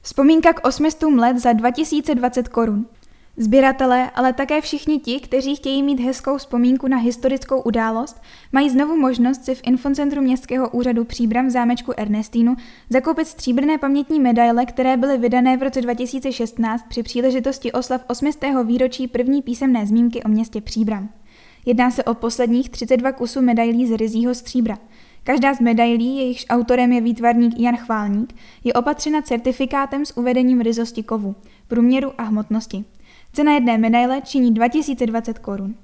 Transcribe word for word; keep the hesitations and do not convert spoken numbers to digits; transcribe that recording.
Vzpomínka k osmistům let za dva tisíce dvacet korun. Sběratelé, ale také všichni ti, kteří chtějí mít hezkou vzpomínku na historickou událost, mají znovu možnost si v infocentru Městského úřadu Příbram v zámečku Ernestínu zakoupit stříbrné pamětní medaile, které byly vydané v roce dva tisíce šestnáct při příležitosti oslav osmistého výročí první písemné zmínky o městě Příbram. Jedná se o posledních třicet dva kusů medailí z ryzího stříbra. Každá z medailí, jejichž autorem je výtvarník Jan Chválník, je opatřena certifikátem s uvedením ryzosti kovu, průměru a hmotnosti. Cena jedné medaile činí dva tisíce dvacet korun.